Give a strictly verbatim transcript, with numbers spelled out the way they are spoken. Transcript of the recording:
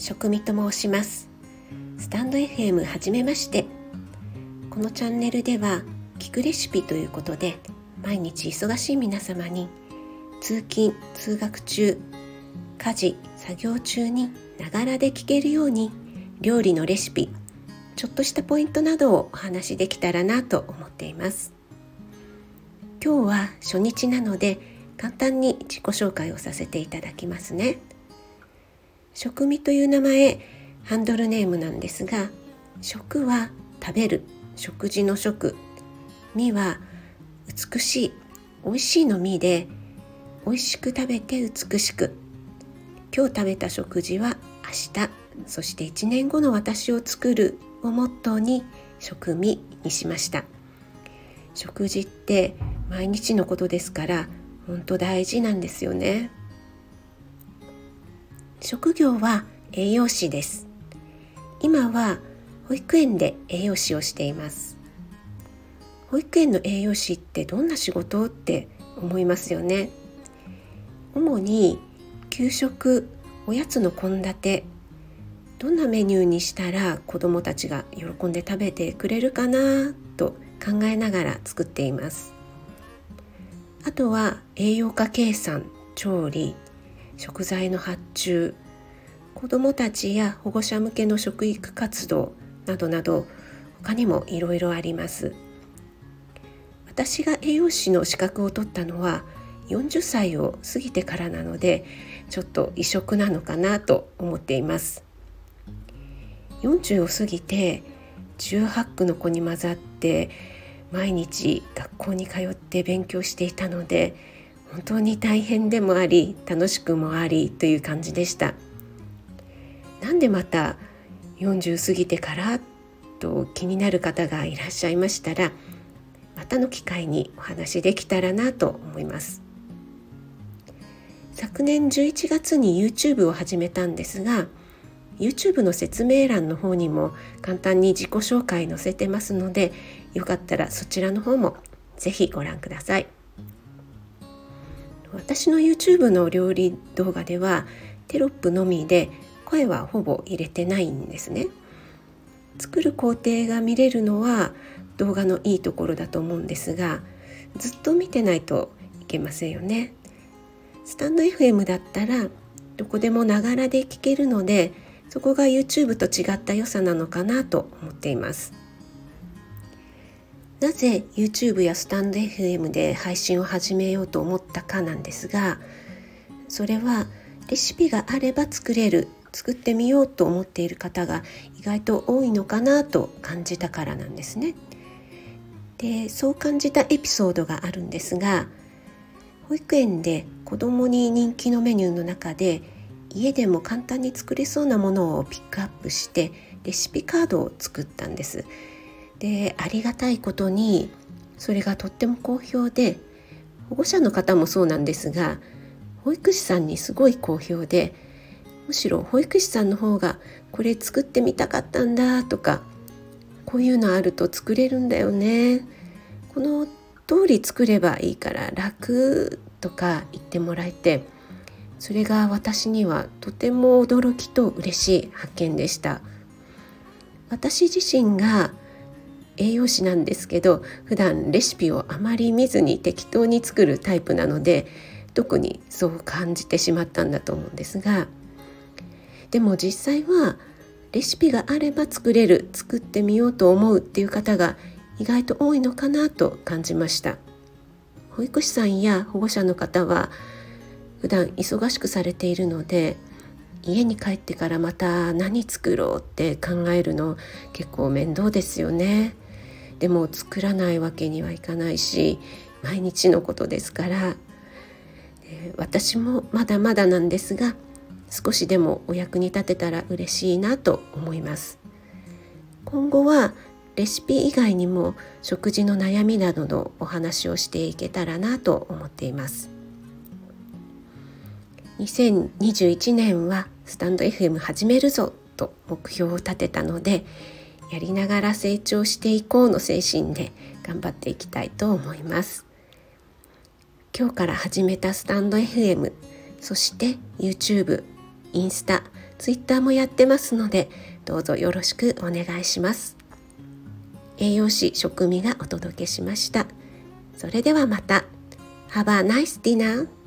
食味と申します。スタンド エフエム はじめまして。このチャンネルでは聞くレシピということで、毎日忙しい皆様に通勤・通学中、家事・作業中にながらで聞けるように料理のレシピ、ちょっとしたポイントなどをお話しできたらなと思っています。今日は初日なので簡単に自己紹介をさせていただきますね。食味という名前、ハンドルネームなんですが、食は食べる、食事の食、味は美しい、美味しいの味で、美味しく食べて美しく、今日食べた食事は明日、そしていちねんごの私を作るをモットーに食味にしました。食事って毎日のことですから本当大事なんですよね。職業は栄養士です。今は保育園で栄養士をしています。保育園の栄養士ってどんな仕事って思いますよね。主に給食、おやつの献立、どんなメニューにしたら子どもたちが喜んで食べてくれるかなと考えながら作っています。あとは栄養価計算、調理、食材の発注、子どもたちや保護者向けの食育活動などなど、他にもいろいろあります。私が栄養士の資格を取ったのはよんじゅっさいを過ぎてからなので、ちょっと異色なのかなと思っています。よんじゅうを過ぎてじゅうはち区の子に混ざって毎日学校に通って勉強していたので、本当に大変でもあり楽しくもありという感じでした。なんでまたよんじゅう過ぎてからと気になる方がいらっしゃいましたら、またの機会にお話できたらなと思います。昨年じゅういちがつに YouTube を始めたんですが、 YouTube の説明欄の方にも簡単に自己紹介載せてますので、よかったらそちらの方もぜひご覧ください。私の YouTube の料理動画ではテロップのみで声はほぼ入れてないんですね。作る工程が見れるのは動画のいいところだと思うんですが、ずっと見てないといけませんよね。スタンド エフエム だったらどこでもながらで聞けるので、そこが YouTube と違った良さなのかなと思っています。なぜ YouTube やスタンド エフエム で配信を始めようと思ったかなんですが、それはレシピがあれば作れる、作ってみようと思っている方が意外と多いのかなと感じたからなんですね。で、そう感じたエピソードがあるんですが、保育園で子どもに人気のメニューの中で、家でも簡単に作れそうなものをピックアップしてレシピカードを作ったんです。で、ありがたいことにそれがとっても好評で、保護者の方もそうなんですが、保育士さんにすごい好評で、むしろ保育士さんの方がこれ作ってみたかったんだとか、こういうのあると作れるんだよね、この通り作ればいいから楽とか言ってもらえて、それが私にはとても驚きと嬉しい発見でした。私自身が栄養士なんですけど、普段レシピをあまり見ずに適当に作るタイプなので、特にそう感じてしまったんだと思うんですが、でも実際はレシピがあれば作れる、作ってみようと思うっていう方が意外と多いのかなと感じました。保育士さんや保護者の方は普段忙しくされているので、家に帰ってからまた何作ろうって考えるの結構面倒ですよね。でも作らないわけにはいかないし、毎日のことですから、私もまだまだなんですが、少しでもお役に立てたら嬉しいなと思います。今後はレシピ以外にも食事の悩みなどのお話をしていけたらなと思っています。にせんにじゅういちねんはスタンド エフエム 始めるぞと目標を立てたので、やりながら成長していこうの精神で頑張っていきたいと思います。今日から始めたスタンド エフエム、そして YouTube、インスタ、 ツイッターもやってますので、どうぞよろしくお願いします。栄養士食味がお届けしました。それではまた。Have a nice dinner!